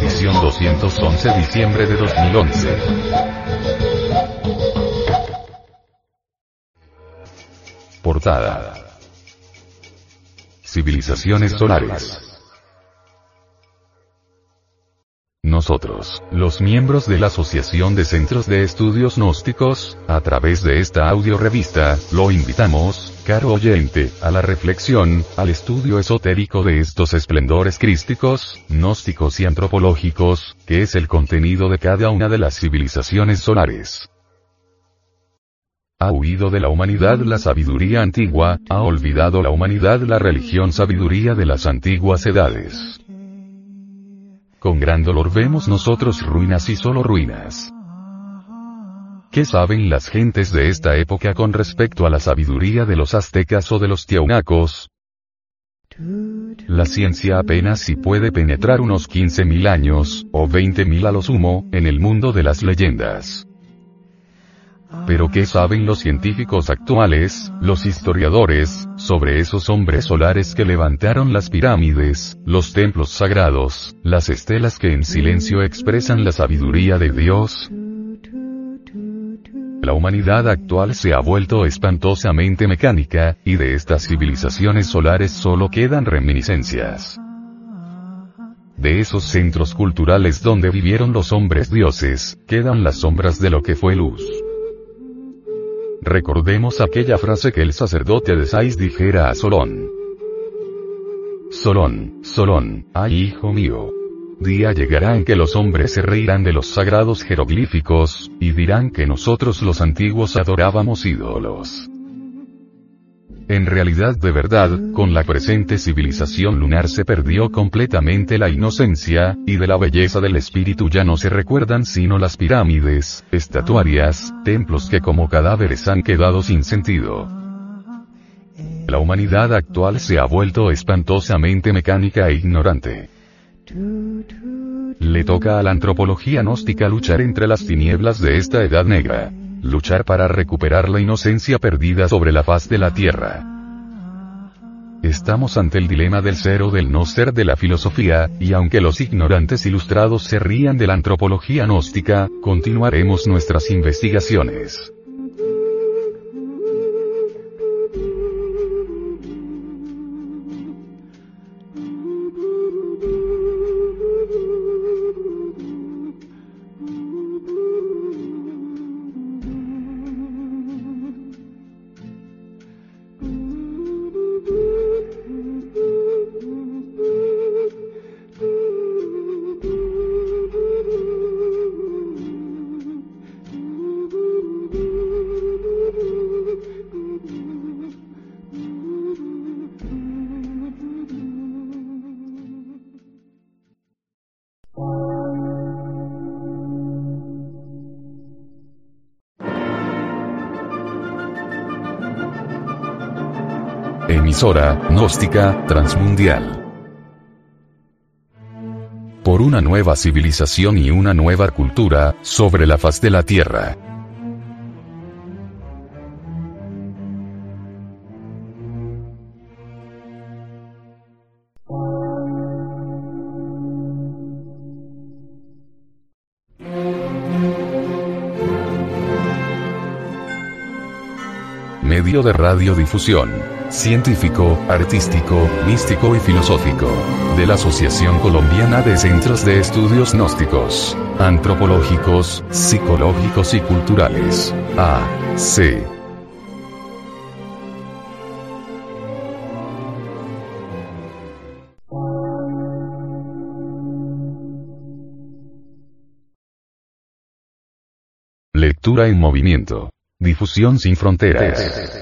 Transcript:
edición 211 diciembre de 2011. Portada. Civilizaciones solares. Nosotros, los miembros de la Asociación de Centros de Estudios Gnósticos, a través de esta audio revista, lo invitamos, caro oyente, a la reflexión, al estudio esotérico de estos esplendores crísticos, gnósticos y antropológicos, que es el contenido de cada una de las civilizaciones solares. Ha huido de la humanidad la sabiduría antigua, ha olvidado la humanidad la religión sabiduría de las antiguas edades. Con gran dolor vemos nosotros ruinas y solo ruinas. ¿Qué saben las gentes de esta época con respecto a la sabiduría de los aztecas o de los tiahuanacos? La ciencia apenas si puede penetrar unos 15.000 años, o 20.000 a lo sumo, en el mundo de las leyendas. Pero ¿qué saben los científicos actuales, los historiadores, sobre esos hombres solares que levantaron las pirámides, los templos sagrados, las estelas que en silencio expresan la sabiduría de Dios? La humanidad actual se ha vuelto espantosamente mecánica, y de estas civilizaciones solares solo quedan reminiscencias. De esos centros culturales donde vivieron los hombres dioses, quedan las sombras de lo que fue luz. Recordemos aquella frase que el sacerdote de Sais dijera a Solón. Solón, Solón, ay hijo mío. Día llegará en que los hombres se reirán de los sagrados jeroglíficos, y dirán que nosotros los antiguos adorábamos ídolos. En realidad de verdad, con la presente civilización lunar se perdió completamente la inocencia, y de la belleza del espíritu ya no se recuerdan sino las pirámides, estatuarias, templos que como cadáveres han quedado sin sentido. La humanidad actual se ha vuelto espantosamente mecánica e ignorante. Le toca a la antropología gnóstica luchar entre las tinieblas de esta edad negra. Luchar para recuperar la inocencia perdida sobre la faz de la Tierra. Estamos ante el dilema del ser o del no ser de la filosofía, y aunque los ignorantes ilustrados se rían de la antropología gnóstica, continuaremos nuestras investigaciones. Emisora gnóstica transmundial. Por una nueva civilización y una nueva cultura, sobre la faz de la Tierra. Medio de radiodifusión, científico, artístico, místico y filosófico, de la Asociación Colombiana de Centros de Estudios Gnósticos, Antropológicos, Psicológicos y Culturales, AC. Lectura en movimiento. Difusión sin fronteras.